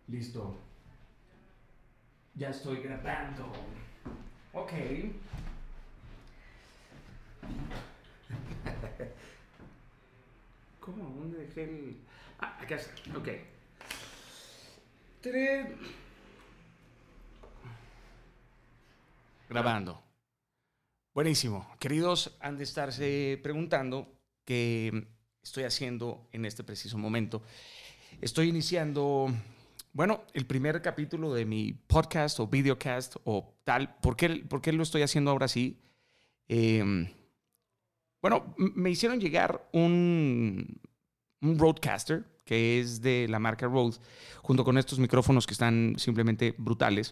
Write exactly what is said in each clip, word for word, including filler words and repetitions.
Listo. Ya estoy grabando. Ok. ¿Cómo? ¿Dónde dejé el...? Ah, acá está. Ok. Tres. Grabando. Buenísimo. Queridos, han de estarse preguntando qué estoy haciendo en este preciso momento. Estoy iniciando, bueno, el primer capítulo de mi podcast o videocast o tal. ¿Por qué, por qué lo estoy haciendo ahora sí? Eh, bueno, me hicieron llegar un, un Rodecaster, que es de la marca Rode, junto con estos micrófonos que están simplemente brutales.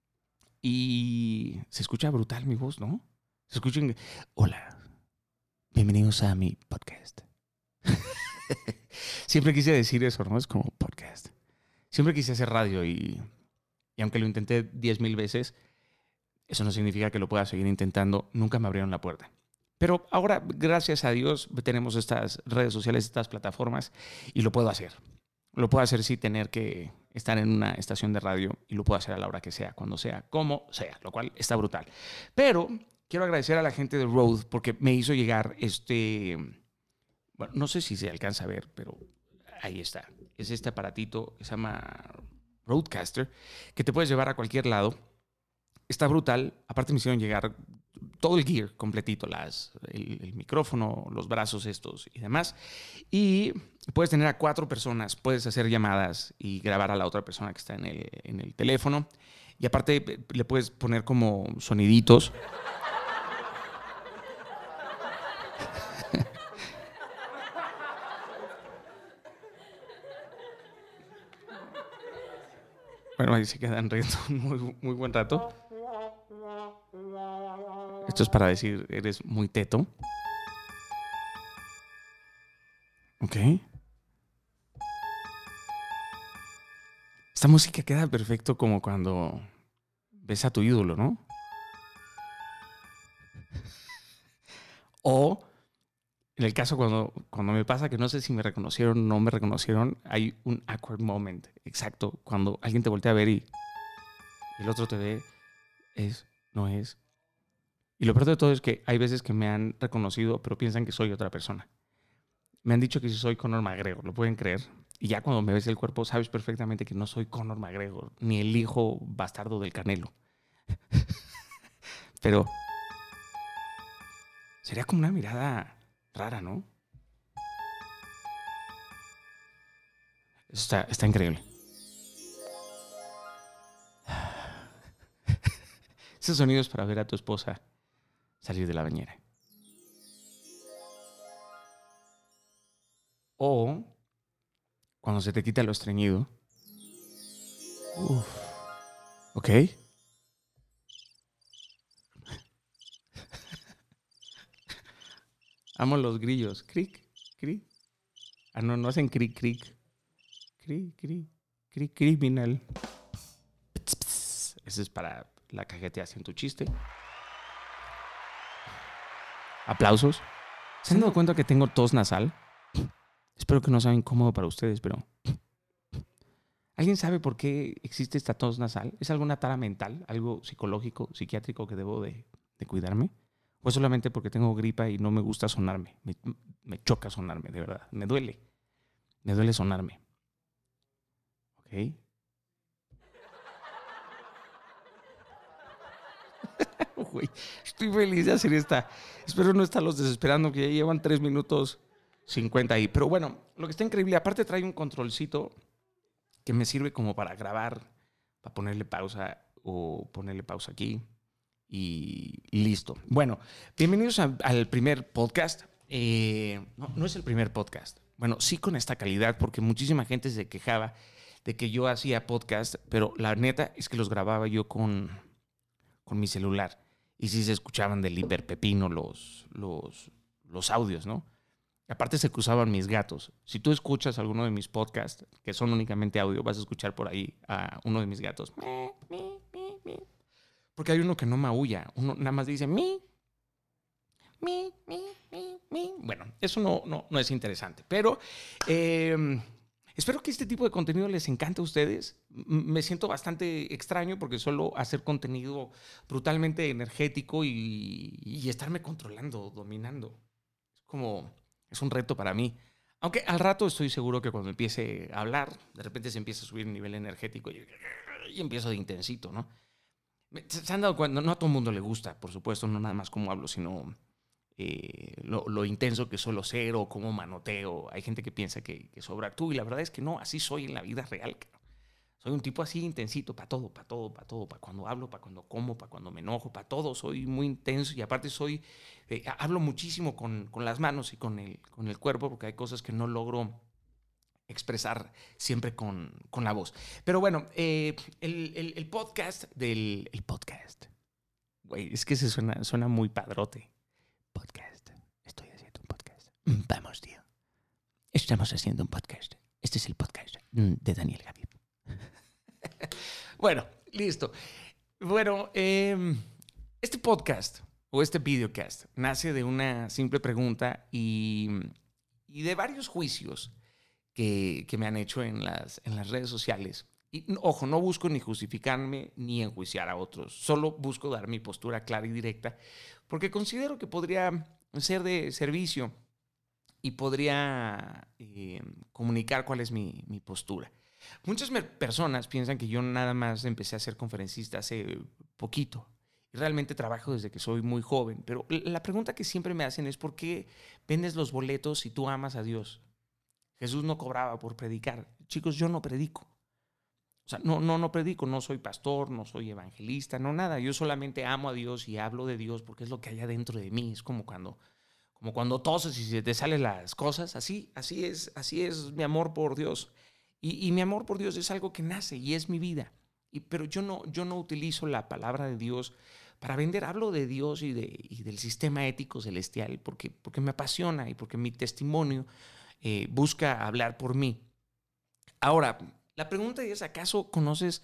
Y se escucha brutal mi voz, ¿no? Se escuchan... Hola, bienvenidos a mi podcast. Siempre quise decir eso, ¿no? Es como podcast. Siempre quise hacer radio y, y aunque lo intenté diez mil veces, eso no significa que lo pueda seguir intentando. Nunca me abrieron la puerta. Pero ahora, gracias a Dios, tenemos estas redes sociales, estas plataformas y lo puedo hacer. Lo puedo hacer sin tener que estar en una estación de radio y lo puedo hacer a la hora que sea, cuando sea, como sea, lo cual está brutal. Pero quiero agradecer a la gente de Rode porque me hizo llegar este... Bueno, no sé si se alcanza a ver, pero ahí está. Es este aparatito que se llama Rodecaster, que te puedes llevar a cualquier lado. Está brutal. Aparte me hicieron llegar todo el gear completito, las, el, el micrófono, los brazos estos y demás. Y puedes tener a cuatro personas, puedes hacer llamadas y grabar a la otra persona que está en el, en el teléfono. Y aparte le puedes poner como soniditos. Bueno, ahí se quedan riendo un muy, muy buen rato. Esto es para decir, eres muy teto. Ok. Esta música queda perfecto como cuando ves a tu ídolo, ¿no? O en el caso cuando, cuando me pasa que no sé si me reconocieron o no me reconocieron, hay un awkward moment. Exacto. Cuando alguien te voltea a ver y el otro te ve, es, no es. Y lo peor de todo es que hay veces que me han reconocido, pero piensan que soy otra persona. Me han dicho que si soy Conor McGregor, ¿lo pueden creer? Y ya cuando me ves el cuerpo, sabes perfectamente que no soy Conor McGregor, ni el hijo bastardo del Canelo. Pero sería como una mirada rara, ¿no? Está, está increíble. Ese sonido es para ver a tu esposa salir de la bañera. O cuando se te quita lo estreñido. Uf. ¿Ok? Amo los grillos. Cric, cric. Ah, no, no hacen cric, cric. Cric, cric, cric, criminal. Pts, pts. Ese es para la cajeteación tu chiste. Aplausos. ¿Se han dado cuenta que tengo tos nasal? Espero que no sea incómodo para ustedes, pero... ¿Alguien sabe por qué existe esta tos nasal? ¿Es alguna tara mental, algo psicológico, psiquiátrico que debo de, de cuidarme? ¿O es solamente porque tengo gripa y no me gusta sonarme? Me, me choca sonarme, de verdad. Me duele. Me duele sonarme. ¿Ok? Güey, estoy feliz de hacer esta. Espero no estarlos desesperando, que ya llevan tres minutos cincuenta ahí. Pero bueno, lo que está increíble, aparte trae un controlcito que me sirve como para grabar, para ponerle pausa o ponerle pausa aquí y listo. Bueno, bienvenidos a, al primer podcast. Eh, no, no es el primer podcast. Bueno, sí con esta calidad, porque muchísima gente se quejaba de que yo hacía podcast, pero la neta es que los grababa yo con, con mi celular. Y sí se escuchaban del hiperpepino los, los, los audios, ¿no? Aparte se cruzaban mis gatos. Si tú escuchas alguno de mis podcasts, que son únicamente audio, vas a escuchar por ahí a uno de mis gatos. Porque hay uno que no maulla. Uno nada más dice mi, mi, mi, mi, mi. Bueno, eso no, no, no es interesante. Pero eh, Espero que este tipo de contenido les encante a ustedes. M- Me siento bastante extraño porque suelo hacer contenido brutalmente energético y, y estarme controlando, dominando. Es como, es un reto para mí. Aunque al rato estoy seguro que cuando empiece a hablar, de repente se empieza a subir el nivel energético y, y empiezo de intensito, ¿no? Me- Se han dado cuenta, no a todo el mundo le gusta, por supuesto, no nada más cómo hablo, sino eh, lo, lo intenso que suelo ser o cómo manoteo. Hay gente que piensa que, que sobreactúo y la verdad es que no, así soy en la vida real, cabrón. Soy un tipo así intensito, para todo, para todo, para todo, para cuando hablo, para cuando como, para cuando me enojo, para todo. Soy muy intenso y aparte soy, eh, hablo muchísimo con, con las manos y con el, con el cuerpo porque hay cosas que no logro expresar siempre con, con la voz. Pero bueno, eh, el, el, el podcast del... El podcast. Güey, es que se suena, suena muy padrote. Podcast. Estoy haciendo un podcast. Mm, Vamos, tío. Estamos haciendo un podcast. Este es el podcast mm, de Daniel Javier. Bueno, listo. Bueno, eh, este podcast o este videocast nace de una simple pregunta y, y de varios juicios que, que me han hecho en las, en las redes sociales. Y ojo, no busco ni justificarme ni enjuiciar a otros, solo busco dar mi postura clara y directa, porque considero que podría ser de servicio y podría eh, comunicar cuál es mi, mi postura. Muchas personas piensan que yo nada más empecé a ser conferencista hace poquito. Y realmente trabajo desde que soy muy joven. Pero la pregunta que siempre me hacen es ¿por qué vendes los boletos si tú amas a Dios? Jesús no cobraba por predicar. Chicos, yo no predico. O sea, no, no, no predico, no soy pastor, no soy evangelista, no nada. Yo solamente amo a Dios y hablo de Dios porque es lo que hay adentro de mí. Es como cuando, como cuando toses y se te salen las cosas. Así, así es, así es mi amor por Dios. Y, y mi amor por Dios es algo que nace y es mi vida. Y, pero yo no, yo no utilizo la palabra de Dios para vender. Hablo de Dios y, de, y del sistema ético celestial porque, porque me apasiona y porque mi testimonio eh, busca hablar por mí. Ahora, la pregunta es, ¿acaso conoces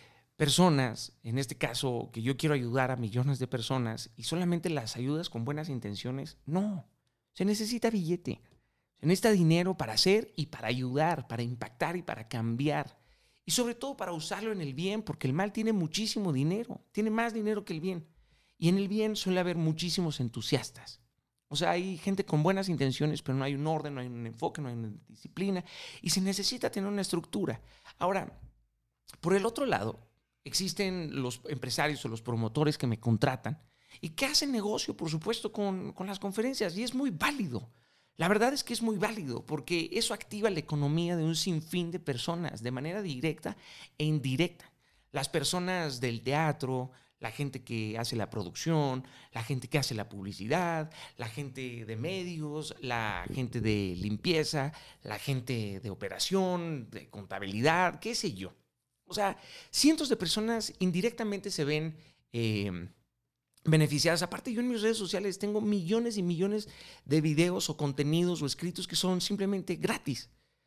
personas, en este caso, que yo quiero ayudar a millones de personas y solamente las ayudas con buenas intenciones? No, se necesita billete, se necesita dinero para hacer y para ayudar, para impactar y para cambiar. Y sobre todo para usarlo en el bien, porque el mal tiene muchísimo dinero, tiene más dinero que el bien. Y en el bien suele haber muchísimos entusiastas. O sea, hay gente con buenas intenciones, pero no hay un orden, no hay un enfoque, no hay una disciplina y se necesita tener una estructura. Ahora, por el otro lado, existen los empresarios o los promotores que me contratan y que hacen negocio, por supuesto, con, con las conferencias y es muy válido. La verdad es que es muy válido porque eso activa la economía de un sinfín de personas de manera directa e indirecta. Las personas del teatro, la gente que hace la producción, la gente que hace la publicidad, la gente de medios, la gente de limpieza, la gente de operación, de contabilidad, qué sé yo. O sea, cientos de personas indirectamente se ven eh, beneficiadas. Aparte, yo en mis redes sociales tengo millones y millones de videos o contenidos o escritos que son simplemente gratis.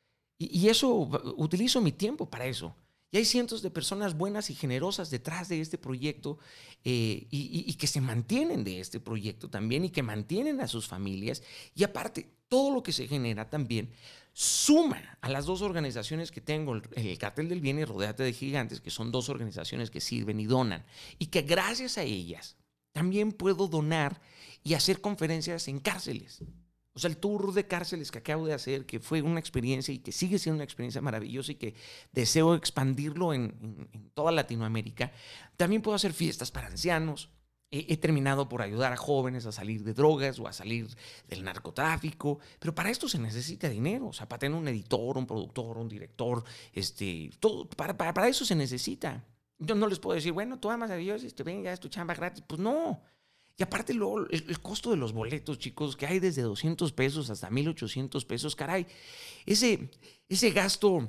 Y, y eso, utilizo mi tiempo para eso. Y hay cientos de personas buenas y generosas detrás de este proyecto eh, y, y, y que se mantienen de este proyecto también y que mantienen a sus familias. Y aparte, todo lo que se genera también suma a las dos organizaciones que tengo, el, el Cartel del Bien y Rodéate de Gigantes, que son dos organizaciones que sirven y donan. Y que gracias a ellas también puedo donar y hacer conferencias en cárceles. O sea, el tour de cárceles que acabo de hacer, que fue una experiencia y que sigue siendo una experiencia maravillosa y que deseo expandirlo en, en, en toda Latinoamérica. También puedo hacer fiestas para ancianos. He, he terminado por ayudar a jóvenes a salir de drogas o a salir del narcotráfico. Pero para esto se necesita dinero. O sea, para tener un editor, un productor, un director, este, todo, para, para, para eso se necesita. Yo no les puedo decir, bueno, tú amas a Dios y te venga, es tu chamba gratis. Pues no. Y aparte luego el, el costo de los boletos, chicos, que hay desde doscientos pesos hasta mil ochocientos pesos, caray. Ese, ese gasto,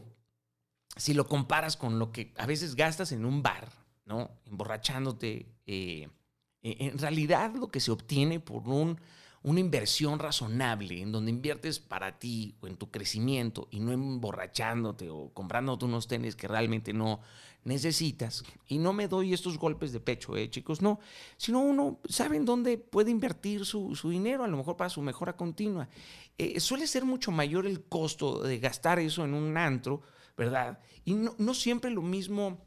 si lo comparas con lo que a veces gastas en un bar, ¿no? Emborrachándote, eh, en realidad lo que se obtiene por un, una inversión razonable en donde inviertes para ti o en tu crecimiento y no emborrachándote o comprándote unos tenis que realmente no necesitas. Y no me doy estos golpes de pecho, eh, chicos, no. Sino uno sabe en dónde puede invertir su, su dinero, a lo mejor para su mejora continua. Eh, suele ser mucho mayor el costo de gastar eso en un antro, ¿verdad? Y no, no siempre lo mismo,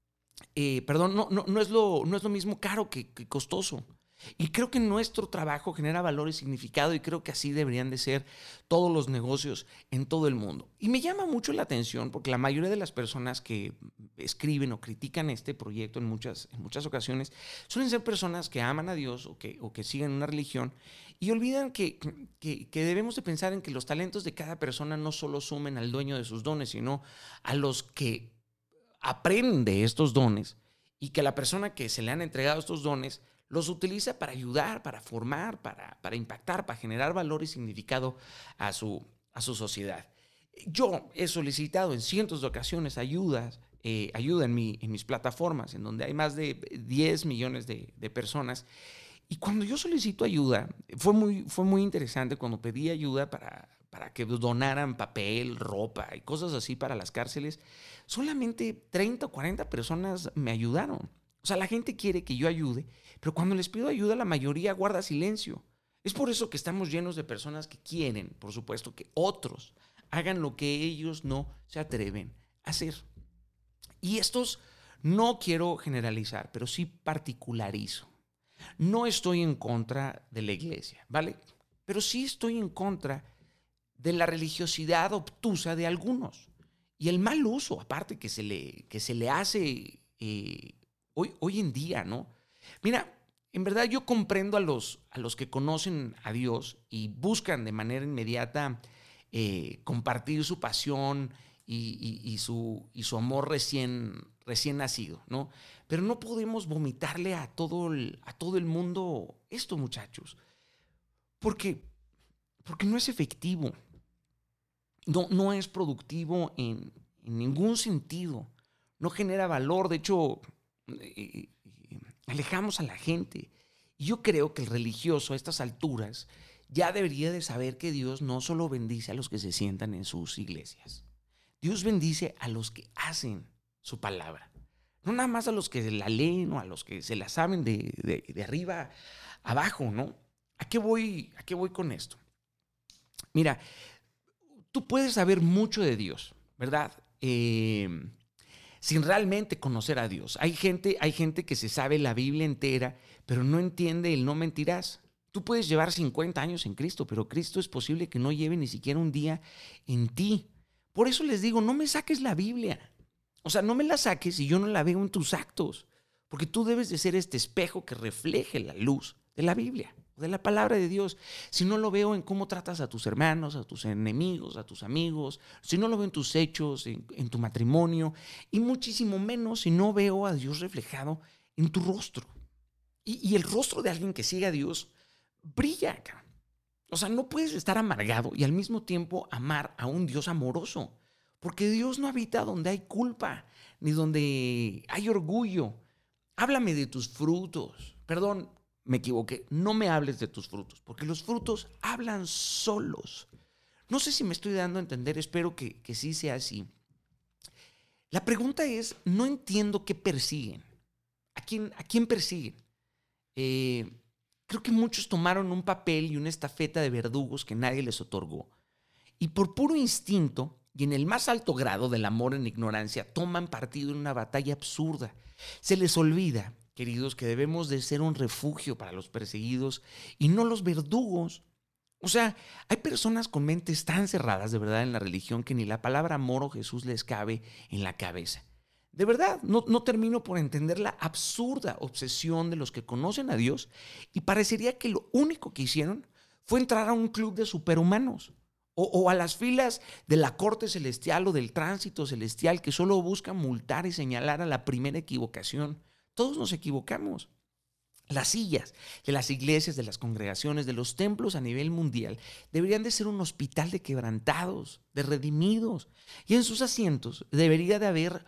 eh, perdón, no, no, no, es lo, no es lo mismo caro que, que costoso. Y creo que nuestro trabajo genera valor y significado y creo que así deberían de ser todos los negocios en todo el mundo. Y me llama mucho la atención porque la mayoría de las personas que escriben o critican este proyecto en muchas, en muchas ocasiones suelen ser personas que aman a Dios o que, o que siguen una religión y olvidan que, que, que debemos de pensar en que los talentos de cada persona no solo sumen al dueño de sus dones, sino a los que aprenden de estos dones y que la persona que se le han entregado estos dones los utiliza para ayudar, para formar, para, para impactar, para generar valor y significado a su, a su sociedad. Yo he solicitado en cientos de ocasiones ayudas, eh, ayuda en, mi, en mis plataformas, en donde hay más de diez millones de, de personas. Y cuando yo solicito ayuda, fue muy, fue muy interesante cuando pedí ayuda para, para que donaran papel, ropa y cosas así para las cárceles. Solamente treinta o cuarenta personas me ayudaron. O sea, la gente quiere que yo ayude, pero cuando les pido ayuda, la mayoría guarda silencio. Es por eso que estamos llenos de personas que quieren, por supuesto, que otros hagan lo que ellos no se atreven a hacer. Y estos no quiero generalizar, pero sí particularizo. No estoy en contra de la iglesia, ¿vale? Pero sí estoy en contra de la religiosidad obtusa de algunos y el mal uso, aparte, que se le, que se le hace eh, hoy, hoy en día, ¿no? Mira, en verdad yo comprendo a los, a los que conocen a Dios y buscan de manera inmediata eh, compartir su pasión y, y, y, su, y su amor recién, recién nacido, ¿no? Pero no podemos vomitarle a todo el, a todo el mundo esto, muchachos, porque, porque no es efectivo, no, no es productivo en, en ningún sentido, no genera valor, de hecho, eh, eh, alejamos a la gente. Y yo creo que el religioso a estas alturas ya debería de saber que Dios no solo bendice a los que se sientan en sus iglesias, Dios bendice a los que hacen su palabra. No nada más a los que la leen o a los que se la saben de, de, de arriba abajo, ¿no? ¿A qué voy, a qué voy con esto? Mira, tú puedes saber mucho de Dios, ¿verdad? Eh, sin realmente conocer a Dios. Hay gente, hay gente que se sabe la Biblia entera, pero no entiende el no mentirás. Tú puedes llevar cincuenta años en Cristo, pero Cristo es posible que no lleve ni siquiera un día en ti. Por eso les digo, no me saques la Biblia. O sea, no me la saques si yo no la veo en tus actos, porque tú debes de ser este espejo que refleje la luz de la Biblia, de la palabra de Dios. Si no lo veo en cómo tratas a tus hermanos, a tus enemigos, a tus amigos, si no lo veo en tus hechos, en, en tu matrimonio, y muchísimo menos si no veo a Dios reflejado en tu rostro. Y, y el rostro de alguien que sigue a Dios brilla acá. O sea, no puedes estar amargado y al mismo tiempo amar a un Dios amoroso. Porque Dios no habita donde hay culpa, ni donde hay orgullo. Háblame de tus frutos. Perdón, me equivoqué. No me hables de tus frutos, porque los frutos hablan solos. No sé si me estoy dando a entender, espero que, que sí sea así. La pregunta es, no entiendo qué persiguen. ¿A quién, a quién persiguen? Eh, creo que muchos tomaron un papel y una estafeta de verdugos que nadie les otorgó. Y por puro instinto, y en el más alto grado del amor en ignorancia, toman partido en una batalla absurda. Se les olvida, queridos, que debemos de ser un refugio para los perseguidos y no los verdugos. O sea, hay personas con mentes tan cerradas de verdad en la religión que ni la palabra amor o Jesús les cabe en la cabeza. De verdad, no, no termino por entender la absurda obsesión de los que conocen a Dios y parecería que lo único que hicieron fue entrar a un club de superhumanos. O, o a las filas de la corte celestial o del tránsito celestial que solo buscan multar y señalar a la primera equivocación. Todos nos equivocamos. Las sillas de las iglesias, de las congregaciones, de los templos a nivel mundial deberían de ser un hospital de quebrantados, de redimidos. Y en sus asientos debería de haber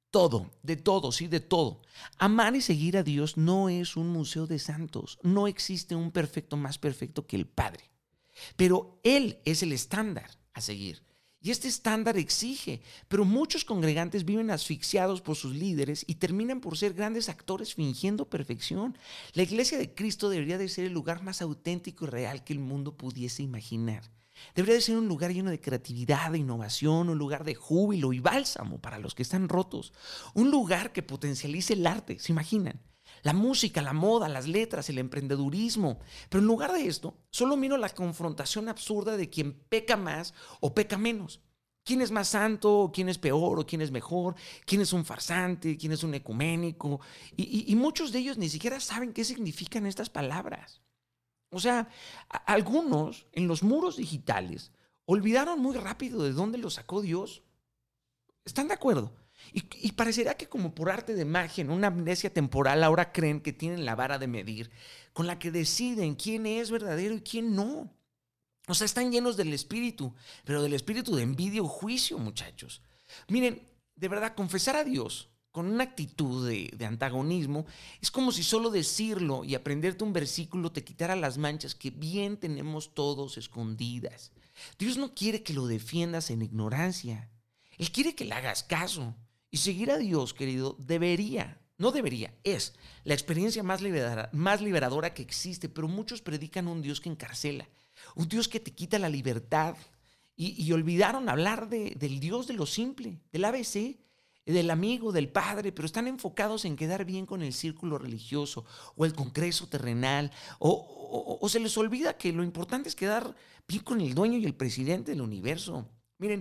Todo, de todo, sí, de todo. Amar y seguir a Dios no es un museo de santos. No existe un perfecto más perfecto que el Padre. Pero Él es el estándar a seguir. Y este estándar exige, pero muchos congregantes viven asfixiados por sus líderes y terminan por ser grandes actores fingiendo perfección. La iglesia de Cristo debería de ser el lugar más auténtico y real que el mundo pudiese imaginar. Debería de ser un lugar lleno de creatividad, de innovación, un lugar de júbilo y bálsamo para los que están rotos. Un lugar que potencialice el arte, ¿se imaginan? La música, la moda, las letras, el emprendedurismo. Pero en lugar de esto, solo miro la confrontación absurda de quien peca más o peca menos. ¿Quién es más santo? ¿Quién es peor? ¿O quién es mejor? ¿Quién es un farsante? ¿Quién es un ecuménico? Y, y, y muchos de ellos ni siquiera saben qué significan estas palabras. O sea, a- algunos en los muros digitales olvidaron muy rápido de dónde los sacó Dios. ¿Están de acuerdo? Y, y parecería que como por arte de magia, en una amnesia temporal, ahora creen que tienen la vara de medir con la que deciden quién es verdadero y quién no. O sea, están llenos del espíritu, pero del espíritu de envidia o juicio, muchachos. Miren, de verdad, confesar a Dios con una actitud de, de antagonismo es como si solo decirlo y aprenderte un versículo te quitara las manchas que bien tenemos todos escondidas. Dios no quiere que lo defiendas en ignorancia. Él quiere que le hagas caso. Y seguir a Dios, querido, debería, no debería, es la experiencia más liberadora, más liberadora que existe, pero muchos predican un Dios que encarcela, un Dios que te quita la libertad y, y olvidaron hablar de, del Dios de lo simple, del A B C, del amigo, del padre, pero están enfocados en quedar bien con el círculo religioso o el congreso terrenal, o, o, o se les olvida que lo importante es quedar bien con el dueño y el presidente del universo. Miren,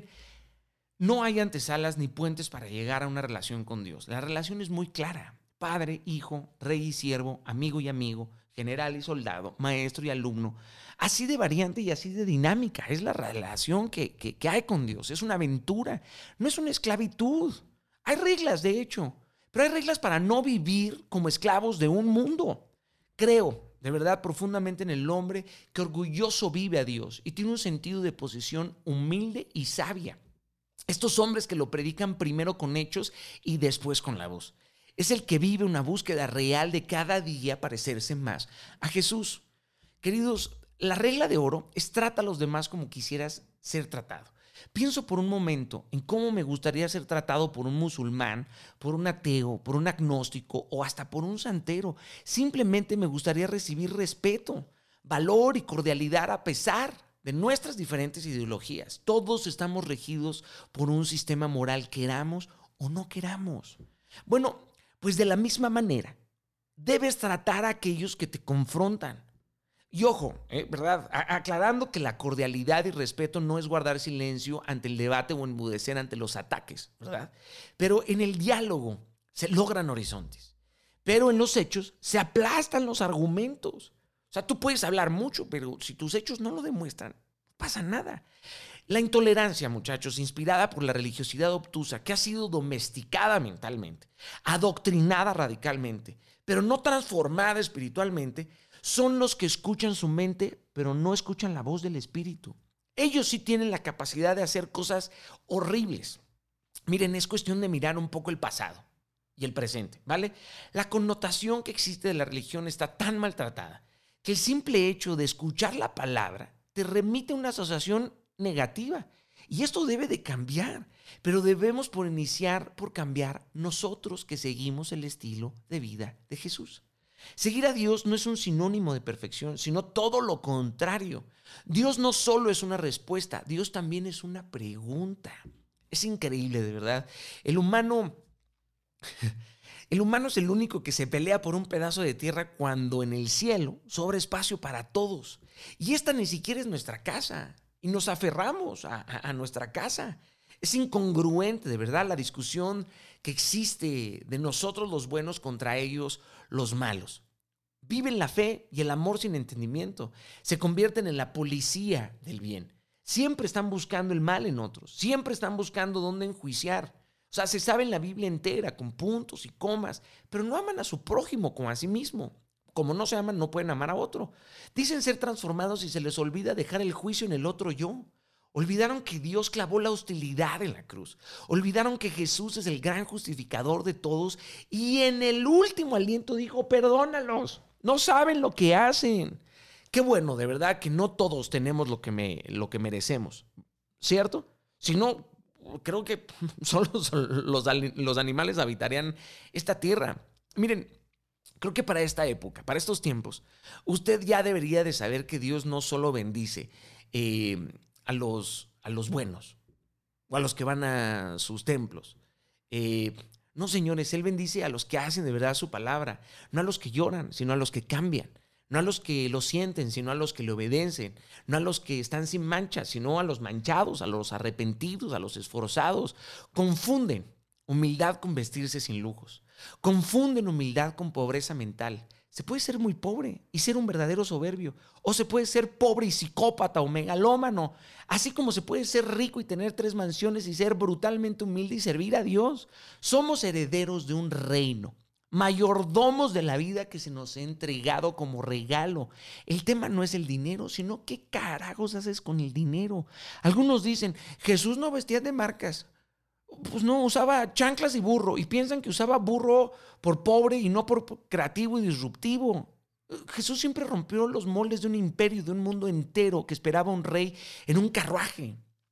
no hay antesalas ni puentes para llegar a una relación con Dios. La relación es muy clara. Padre, hijo, rey y siervo, amigo y amigo, general y soldado, maestro y alumno. Así de variante y así de dinámica es la relación que, que, que hay con Dios. Es una aventura, no es una esclavitud. Hay reglas, de hecho, pero hay reglas para no vivir como esclavos de un mundo. Creo, de verdad, profundamente en el hombre que orgulloso vive a Dios y tiene un sentido de posición humilde y sabia. Estos hombres que lo predican primero con hechos y después con la voz. Es el que vive una búsqueda real de cada día parecerse más a Jesús. Queridos, la regla de oro es trata a los demás como quisieras ser tratado. Pienso por un momento en cómo me gustaría ser tratado por un musulmán, por un ateo, por un agnóstico o hasta por un santero. Simplemente me gustaría recibir respeto, valor y cordialidad a pesar de nuestras diferentes ideologías. Todos estamos regidos por un sistema moral, queramos o no queramos. Bueno, pues de la misma manera, debes tratar a aquellos que te confrontan. Y ojo, eh, ¿verdad? A- aclarando que la cordialidad y respeto no es guardar silencio ante el debate o enmudecer ante los ataques, ¿verdad? Pero en el diálogo se logran horizontes. Pero en los hechos se aplastan los argumentos. O sea, tú puedes hablar mucho, pero si tus hechos no lo demuestran, no pasa nada. La intolerancia, muchachos, inspirada por la religiosidad obtusa, que ha sido domesticada mentalmente, adoctrinada radicalmente, pero no transformada espiritualmente, son los que escuchan su mente, pero no escuchan la voz del Espíritu. Ellos sí tienen la capacidad de hacer cosas horribles. Miren, es cuestión de mirar un poco el pasado y el presente, ¿vale? La connotación que existe de la religión está tan maltratada que el simple hecho de escuchar la palabra te remite a una asociación negativa. Y esto debe de cambiar, pero debemos por iniciar por cambiar nosotros que seguimos el estilo de vida de Jesús. Seguir a Dios no es un sinónimo de perfección, sino todo lo contrario. Dios no solo es una respuesta, Dios también es una pregunta. Es increíble, de verdad. El humano, el humano es el único que se pelea por un pedazo de tierra cuando en el cielo sobra espacio para todos. Y esta ni siquiera es nuestra casa. Y nos aferramos a, a, a nuestra casa. Es incongruente, de verdad, la discusión que existe de nosotros los buenos contra ellos los malos. Viven la fe y el amor sin entendimiento. Se convierten en la policía del bien. Siempre están buscando el mal en otros. Siempre están buscando dónde enjuiciar. O sea, se sabe en la Biblia entera, con puntos y comas, pero no aman a su prójimo como a sí mismo. Como no se aman, no pueden amar a otro. Dicen ser transformados y se les olvida dejar el juicio en el otro yo. Olvidaron que Dios clavó la hostilidad en la cruz. Olvidaron que Jesús es el gran justificador de todos. Y en el último aliento dijo, perdónalos, no saben lo que hacen. Qué bueno, de verdad que no todos tenemos lo que, me, lo que merecemos, ¿cierto? Si no, creo que solo los, los animales habitarían esta tierra. Miren, creo que para esta época, para estos tiempos, usted ya debería de saber que Dios no solo bendice eh, a, los, a los buenos o a los que van a sus templos. Eh, no, señores, Él bendice a los que hacen de verdad su palabra, no a los que lloran, sino a los que cambian. No a los que lo sienten, sino a los que le obedecen. No a los que están sin mancha, sino a los manchados, a los arrepentidos, a los esforzados. Confunden humildad con vestirse sin lujos. Confunden humildad con pobreza mental. Se puede ser muy pobre y ser un verdadero soberbio. O se puede ser pobre y psicópata o megalómano. Así como se puede ser rico y tener tres mansiones y ser brutalmente humilde y servir a Dios. Somos herederos de un reino. Mayordomos de la vida que se nos ha entregado como regalo. El tema no es el dinero, sino qué carajos haces con el dinero. Algunos dicen, Jesús no vestía de marcas. Pues no, usaba chanclas y burro. Y piensan que usaba burro por pobre y no por creativo y disruptivo. Jesús siempre rompió los moldes de un imperio, de un mundo entero que esperaba un rey en un carruaje.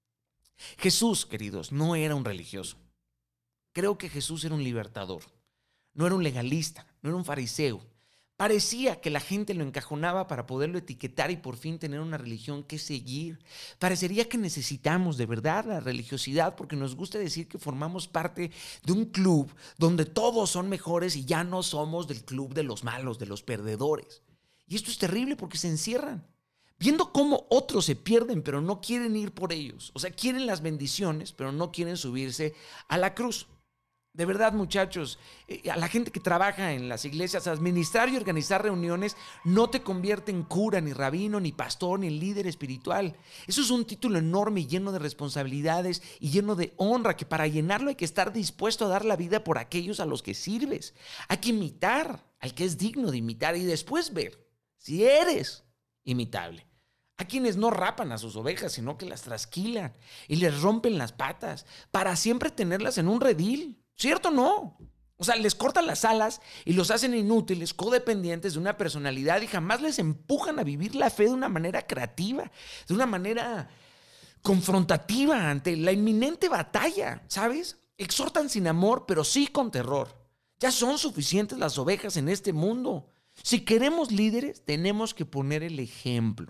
Jesús, queridos, no era un religioso. Creo que Jesús era un libertador. No era un legalista, no era un fariseo. Parecía que la gente lo encajonaba para poderlo etiquetar y por fin tener una religión que seguir. Parecería que necesitamos de verdad la religiosidad porque nos gusta decir que formamos parte de un club donde todos son mejores y ya no somos del club de los malos, de los perdedores. Y esto es terrible porque se encierran, viendo cómo otros se pierden pero no quieren ir por ellos. O sea, quieren las bendiciones pero no quieren subirse a la cruz. De verdad, muchachos, a la gente que trabaja en las iglesias, administrar y organizar reuniones no te convierte en cura, ni rabino, ni pastor, ni líder espiritual. Eso es un título enorme y lleno de responsabilidades y lleno de honra, que para llenarlo hay que estar dispuesto a dar la vida por aquellos a los que sirves. Hay que imitar al que es digno de imitar y después ver si eres imitable. A quienes no rapan a sus ovejas, sino que las trasquilan y les rompen las patas para siempre tenerlas en un redil. ¿Cierto o no? O sea, les cortan las alas y los hacen inútiles, codependientes de una personalidad y jamás les empujan a vivir la fe de una manera creativa, de una manera confrontativa ante la inminente batalla, ¿sabes? Exhortan sin amor, pero sí con terror. Ya son suficientes las ovejas en este mundo. Si queremos líderes, tenemos que poner el ejemplo.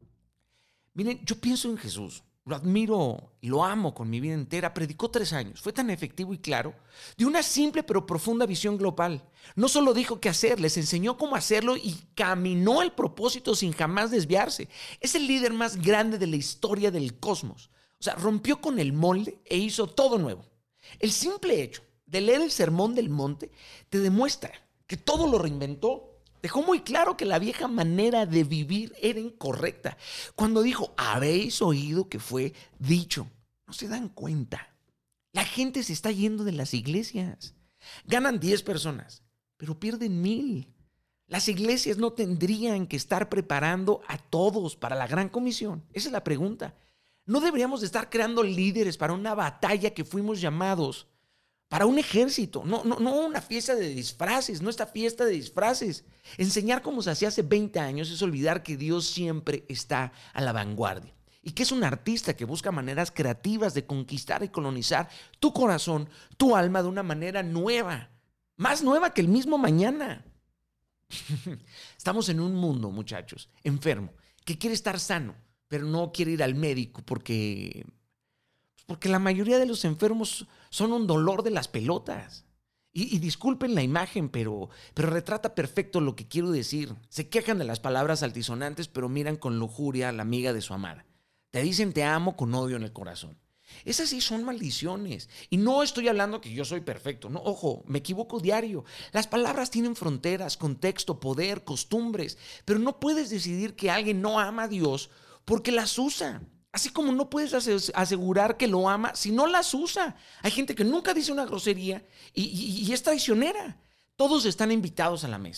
Miren, yo pienso en Jesús. Lo admiro y lo amo con mi vida entera. Predicó tres años. Fue tan efectivo y claro. De una simple pero profunda visión global. No solo dijo qué hacer, les enseñó cómo hacerlo y caminó el propósito sin jamás desviarse. Es el líder más grande de la historia del cosmos. O sea, rompió con el molde e hizo todo nuevo. El simple hecho de leer el Sermón del Monte te demuestra que todo lo reinventó. Dejó muy claro que la vieja manera de vivir era incorrecta. Cuando dijo, habéis oído que fue dicho. No se dan cuenta. La gente se está yendo de las iglesias. Ganan diez personas, pero pierden mil. Las iglesias no tendrían que estar preparando a todos para la gran comisión. Esa es la pregunta. No deberíamos de estar creando líderes para una batalla que fuimos llamados. Para un ejército, no, no, no una fiesta de disfraces, no esta fiesta de disfraces. Enseñar como se hacía hace veinte años es olvidar que Dios siempre está a la vanguardia y que es un artista que busca maneras creativas de conquistar y colonizar tu corazón, tu alma de una manera nueva, más nueva que el mismo mañana. Estamos en un mundo, muchachos, enfermo, que quiere estar sano, pero no quiere ir al médico porque... Porque la mayoría de los enfermos son un dolor de las pelotas. Y, y disculpen la imagen, pero, pero retrata perfecto lo que quiero decir. Se quejan de las palabras altisonantes, pero miran con lujuria a la amiga de su amada. Te dicen te amo con odio en el corazón. Esas sí son maldiciones. Y no estoy hablando que yo soy perfecto. No, ojo, me equivoco diario. Las palabras tienen fronteras, contexto, poder, costumbres. Pero no puedes decidir que alguien no ama a Dios porque las usa. Así como no puedes asegurar que lo ama si no las usa. Hay gente que nunca dice una grosería y, y, y es traicionera. Todos están invitados a la mesa.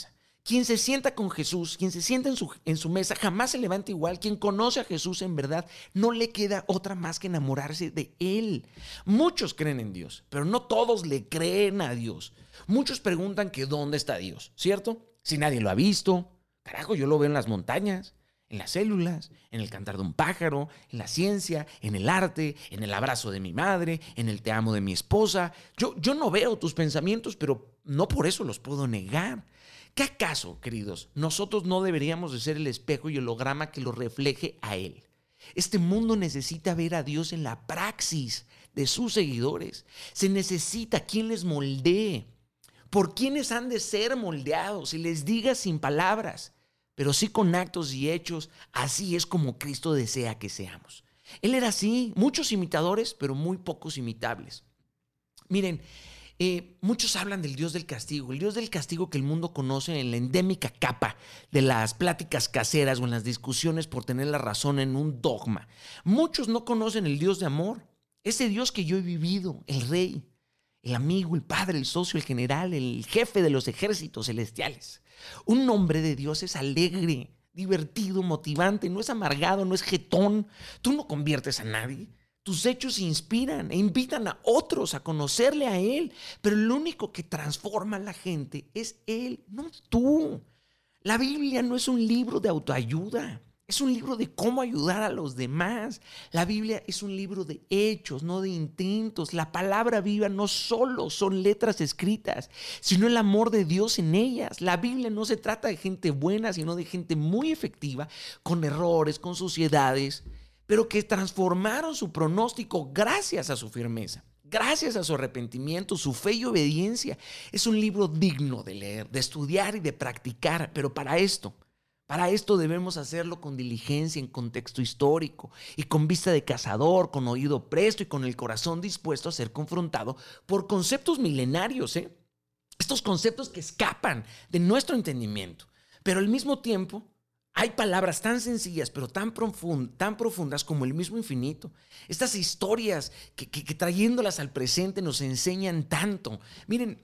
Quien se sienta con Jesús, quien se sienta en su, en su mesa, jamás se levanta igual. Quien conoce a Jesús en verdad, no le queda otra más que enamorarse de Él. Muchos creen en Dios, pero no todos le creen a Dios. Muchos preguntan que dónde está Dios, ¿cierto? Si nadie lo ha visto. Carajo, yo lo veo en las montañas, en las células, en el cantar de un pájaro, en la ciencia, en el arte, en el abrazo de mi madre, en el te amo de mi esposa. Yo, yo no veo tus pensamientos, pero no por eso los puedo negar. ¿Qué acaso, queridos, nosotros no deberíamos de ser el espejo y el holograma que lo refleje a Él? Este mundo necesita ver a Dios en la praxis de sus seguidores. Se necesita quien les moldee. ¿Por quiénes han de ser moldeados? Y les diga sin palabras, pero sí con actos y hechos. Así es como Cristo desea que seamos. Él era así, muchos imitadores, pero muy pocos imitables. Miren, Eh, muchos hablan del Dios del castigo, el Dios del castigo que el mundo conoce en la endémica capa de las pláticas caseras o en las discusiones por tener la razón en un dogma. Muchos no conocen el Dios de amor, ese Dios que yo he vivido, el Rey, el amigo, el Padre, el socio, el general, el jefe de los ejércitos celestiales. Un nombre de Dios es alegre, divertido, motivante, no es amargado, no es jetón. Tú no conviertes a nadie. Tus hechos inspiran e invitan a otros a conocerle a Él, pero lo único que transforma a la gente es Él, no tú. La Biblia no es un libro de autoayuda, es un libro de cómo ayudar a los demás. La Biblia es un libro de hechos, no de intentos. La palabra viva no solo son letras escritas, sino el amor de Dios en ellas. La Biblia no se trata de gente buena, sino de gente muy efectiva, con errores, con suciedades, pero que transformaron su pronóstico gracias a su firmeza, gracias a su arrepentimiento, su fe y obediencia. Es un libro digno de leer, de estudiar y de practicar, pero para esto, para esto debemos hacerlo con diligencia, en contexto histórico y con vista de cazador, con oído presto y con el corazón dispuesto a ser confrontado por conceptos milenarios, ¿eh? Estos conceptos que escapan de nuestro entendimiento, pero al mismo tiempo hay palabras tan sencillas, pero tan, profund, tan profundas como el mismo infinito. Estas historias que, que, que trayéndolas al presente nos enseñan tanto. Miren,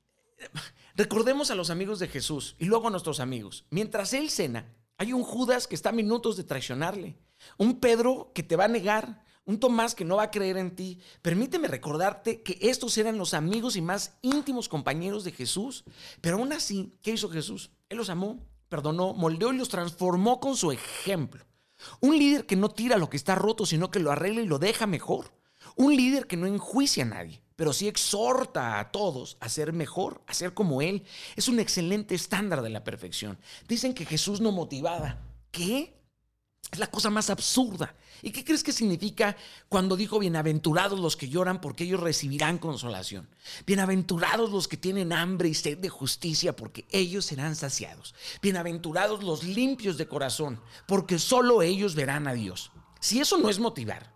recordemos a los amigos de Jesús y luego a nuestros amigos. Mientras Él cena, hay un Judas que está a minutos de traicionarle. Un Pedro que te va a negar. Un Tomás que no va a creer en ti. Permíteme recordarte que estos eran los amigos y más íntimos compañeros de Jesús. Pero aún así, ¿qué hizo Jesús? Él los amó, perdonó, moldeó y los transformó con su ejemplo. Un líder que no tira lo que está roto, sino que lo arregla y lo deja mejor. Un líder que no enjuicia a nadie, pero sí exhorta a todos a ser mejor, a ser como Él. Es un excelente estándar de la perfección. Dicen que Jesús no motivaba. ¿Qué? Es la cosa más absurda. ¿Y qué crees que significa cuando dijo bienaventurados los que lloran porque ellos recibirán consolación? Bienaventurados los que tienen hambre y sed de justicia porque ellos serán saciados. Bienaventurados los limpios de corazón porque solo ellos verán a Dios. Si eso no es motivar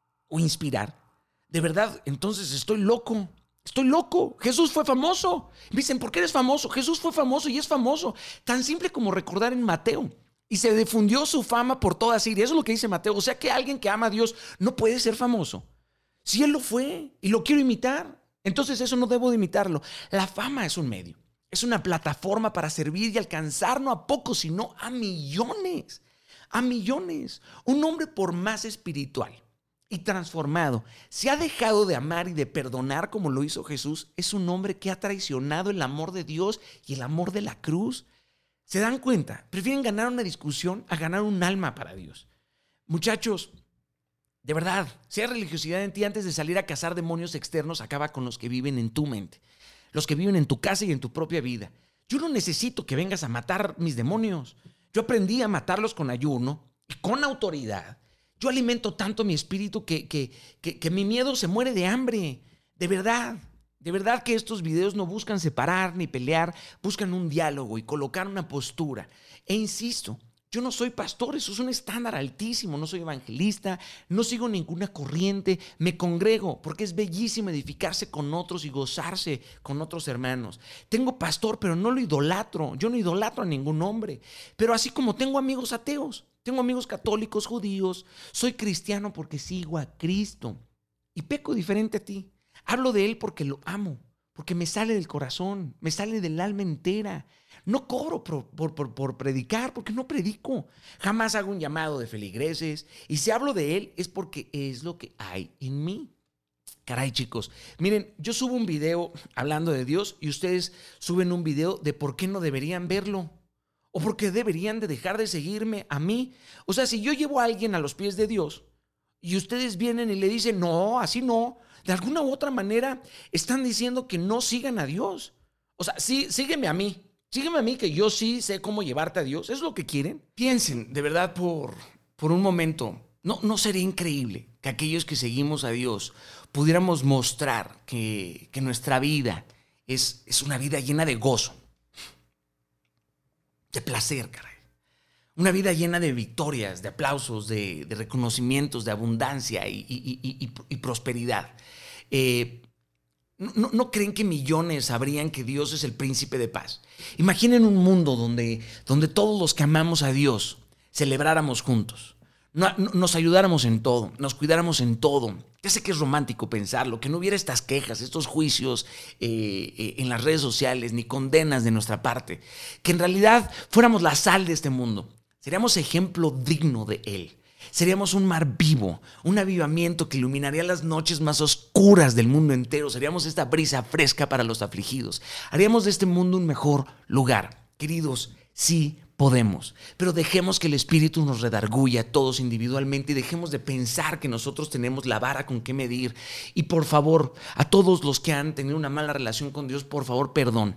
o inspirar, de verdad, entonces estoy loco. Estoy loco. Jesús fue famoso. Me dicen, ¿por qué eres famoso? Jesús fue famoso y es famoso. Tan simple como recordar en Mateo. Y se difundió su fama por toda Siria. Eso es lo que dice Mateo. O sea que alguien que ama a Dios no puede ser famoso. Si Él lo fue y lo quiero imitar, entonces eso no debo de imitarlo. La fama es un medio. Es una plataforma para servir y alcanzar no a pocos, sino a millones. A millones. Un hombre por más espiritual y transformado, se ha dejado de amar y de perdonar como lo hizo Jesús, es un hombre que ha traicionado el amor de Dios y el amor de la cruz. ¿Se dan cuenta? Prefieren ganar una discusión a ganar un alma para Dios. Muchachos, de verdad, sea religiosidad en ti antes de salir a cazar demonios externos, acaba con los que viven en tu mente, los que viven en tu casa y en tu propia vida. Yo no necesito que vengas a matar mis demonios. Yo aprendí a matarlos con ayuno y con autoridad. Yo alimento tanto mi espíritu que, que, que, que mi miedo se muere de hambre. De verdad. De verdad que estos videos no buscan separar ni pelear, buscan un diálogo y colocar una postura. E insisto, yo no soy pastor, eso es un estándar altísimo, no soy evangelista, no sigo ninguna corriente, me congrego porque es bellísimo edificarse con otros y gozarse con otros hermanos. Tengo pastor, pero no lo idolatro, yo no idolatro a ningún hombre, pero así como tengo amigos ateos, tengo amigos católicos, judíos, soy cristiano porque sigo a Cristo y peco diferente a ti. Hablo de Él porque lo amo, porque me sale del corazón, me sale del alma entera. No cobro por, por, por, por predicar, porque no predico. Jamás hago un llamado de feligreses. Y si hablo de él es porque es lo que hay en mí. Caray, chicos, miren, yo subo un video hablando de Dios y ustedes suben un video de por qué no deberían verlo o por qué deberían de dejar de seguirme a mí. O sea, si yo llevo a alguien a los pies de Dios y ustedes vienen y le dicen, no, así no, de alguna u otra manera están diciendo que no sigan a Dios. O sea, sí, sígueme a mí, sígueme a mí que yo sí sé cómo llevarte a Dios. ¿Es lo que quieren? Piensen, de verdad, por, por un momento, ¿no, no sería increíble que aquellos que seguimos a Dios pudiéramos mostrar que, que nuestra vida es, es una vida llena de gozo, de placer, caray? Una vida llena de victorias, de aplausos, de, de reconocimientos, de abundancia y, y, y, y, y prosperidad. Eh, no, ¿No creen que millones sabrían que Dios es el príncipe de paz? Imaginen un mundo donde, donde todos los que amamos a Dios celebráramos juntos. No, no, nos ayudáramos en todo, nos cuidáramos en todo. Ya sé que es romántico pensarlo, que no hubiera estas quejas, estos juicios eh, eh, en las redes sociales, ni condenas de nuestra parte. Que en realidad fuéramos la sal de este mundo. Seríamos ejemplo digno de él. Seríamos un mar vivo, un avivamiento que iluminaría las noches más oscuras del mundo entero. Seríamos esta brisa fresca para los afligidos. Haríamos de este mundo un mejor lugar. Queridos, sí podemos, pero dejemos que el Espíritu nos redarguya a todos individualmente y dejemos de pensar que nosotros tenemos la vara con qué medir. Y por favor, a todos los que han tenido una mala relación con Dios, por favor, perdón.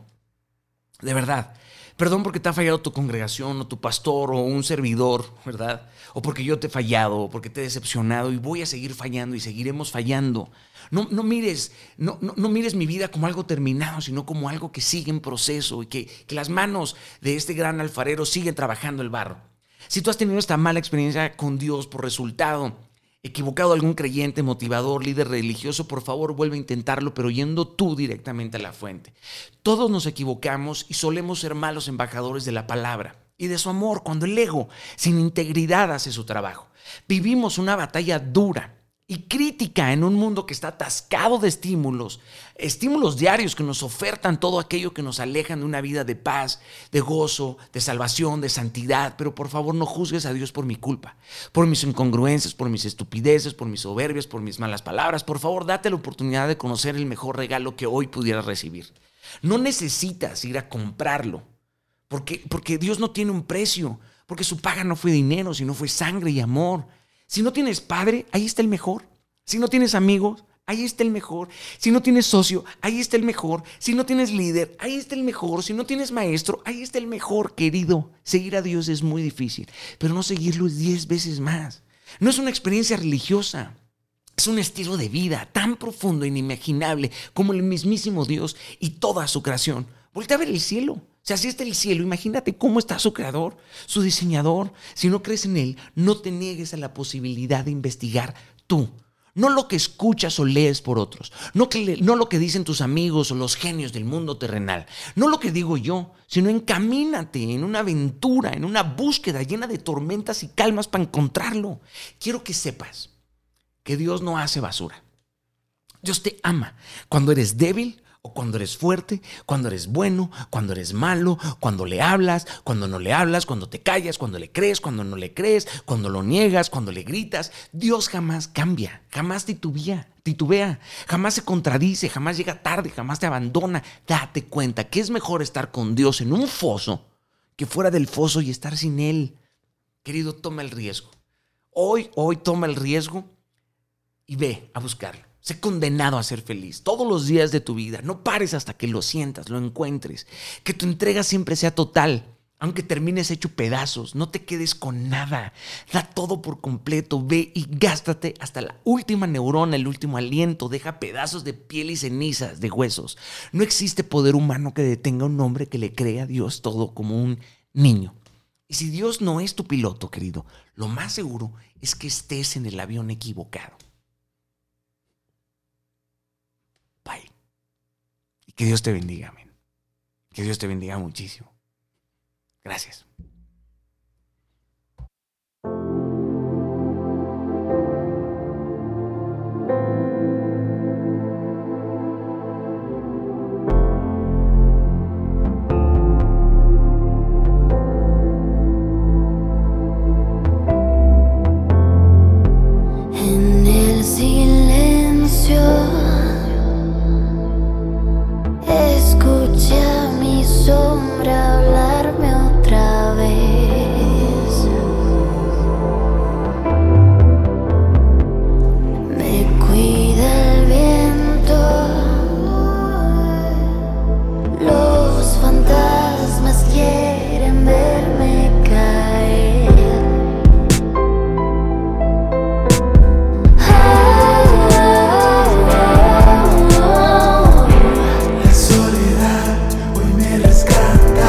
De verdad. Perdón porque te ha fallado tu congregación o tu pastor o un servidor, ¿verdad? O porque yo te he fallado o porque te he decepcionado y voy a seguir fallando y seguiremos fallando. No, no, mires, no, no, no mires mi vida como algo terminado, sino como algo que sigue en proceso y que, que las manos de este gran alfarero siguen trabajando el barro. Si tú has tenido esta mala experiencia con Dios por resultado, equivocado algún creyente, motivador, líder religioso, por favor vuelve a intentarlo, pero yendo tú directamente a la fuente. Todos nos equivocamos y solemos ser malos embajadores de la palabra y de su amor cuando el ego, sin integridad, hace su trabajo. Vivimos una batalla dura y crítica en un mundo que está atascado de estímulos, estímulos diarios que nos ofertan todo aquello que nos alejan de una vida de paz, de gozo, de salvación, de santidad. Pero por favor no juzgues a Dios por mi culpa, por mis incongruencias, por mis estupideces, por mis soberbias, por mis malas palabras. Por favor, date la oportunidad de conocer el mejor regalo que hoy pudieras recibir. No necesitas ir a comprarlo, porque, porque Dios no tiene un precio, porque su paga no fue dinero, sino fue sangre y amor. Si no tienes padre, ahí está el mejor. Si no tienes amigos, ahí está el mejor. Si no tienes socio, ahí está el mejor. Si no tienes líder, ahí está el mejor. Si no tienes maestro, ahí está el mejor, querido. Seguir a Dios es muy difícil, pero no seguirlo es diez veces más. No es una experiencia religiosa. Es un estilo de vida tan profundo e inimaginable como el mismísimo Dios y toda su creación. Voltea a ver el cielo. O sea, si está el cielo, imagínate cómo está su creador, su diseñador. Si no crees en él, no te niegues a la posibilidad de investigar tú. No lo que escuchas o lees por otros. No, que, no lo que dicen tus amigos o los genios del mundo terrenal. No lo que digo yo, sino encamínate en una aventura, en una búsqueda llena de tormentas y calmas para encontrarlo. Quiero que sepas que Dios no hace basura. Dios te ama cuando eres débil o cuando eres fuerte, cuando eres bueno, cuando eres malo, cuando le hablas, cuando no le hablas, cuando te callas, cuando le crees, cuando no le crees, cuando lo niegas, cuando le gritas. Dios jamás cambia, jamás titubea, titubea, jamás se contradice, jamás llega tarde, jamás te abandona. Date cuenta que es mejor estar con Dios en un foso que fuera del foso y estar sin Él. Querido, toma el riesgo. Hoy, hoy toma el riesgo y ve a buscarlo. Sé condenado a ser feliz todos los días de tu vida. No pares hasta que lo sientas, lo encuentres. Que tu entrega siempre sea total. Aunque termines hecho pedazos, no te quedes con nada. Da todo por completo. Ve y gástate hasta la última neurona, el último aliento. Deja pedazos de piel y cenizas de huesos. No existe poder humano que detenga a un hombre que le crea a Dios todo como un niño. Y si Dios no es tu piloto, querido, lo más seguro es que estés en el avión equivocado. Bye. Y que Dios te bendiga, amén. Que Dios te bendiga muchísimo. Gracias. sombra hablarme otra vez. Me cuida el viento, los fantasmas quieren verme caer. La soledad hoy me rescata.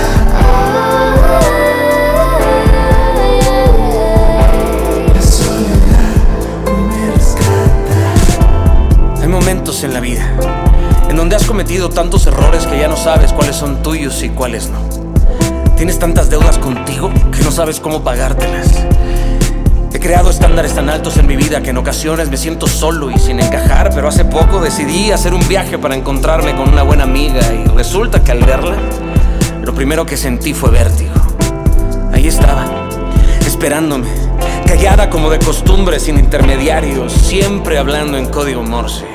La soledad hoy me rescata. Hay momentos en la vida en donde has cometido tantos errores que ya no sabes cuáles son tuyos y cuáles no. Tienes tantas deudas contigo que no sabes cómo pagártelas. He creado estándares tan altos en mi vida que en ocasiones me siento solo y sin encajar, pero hace poco decidí hacer un viaje para encontrarme con una buena amiga y resulta que al verla, lo primero que sentí fue vértigo. Ahí estaba, esperándome, callada como de costumbre, sin intermediarios, siempre hablando en código Morse.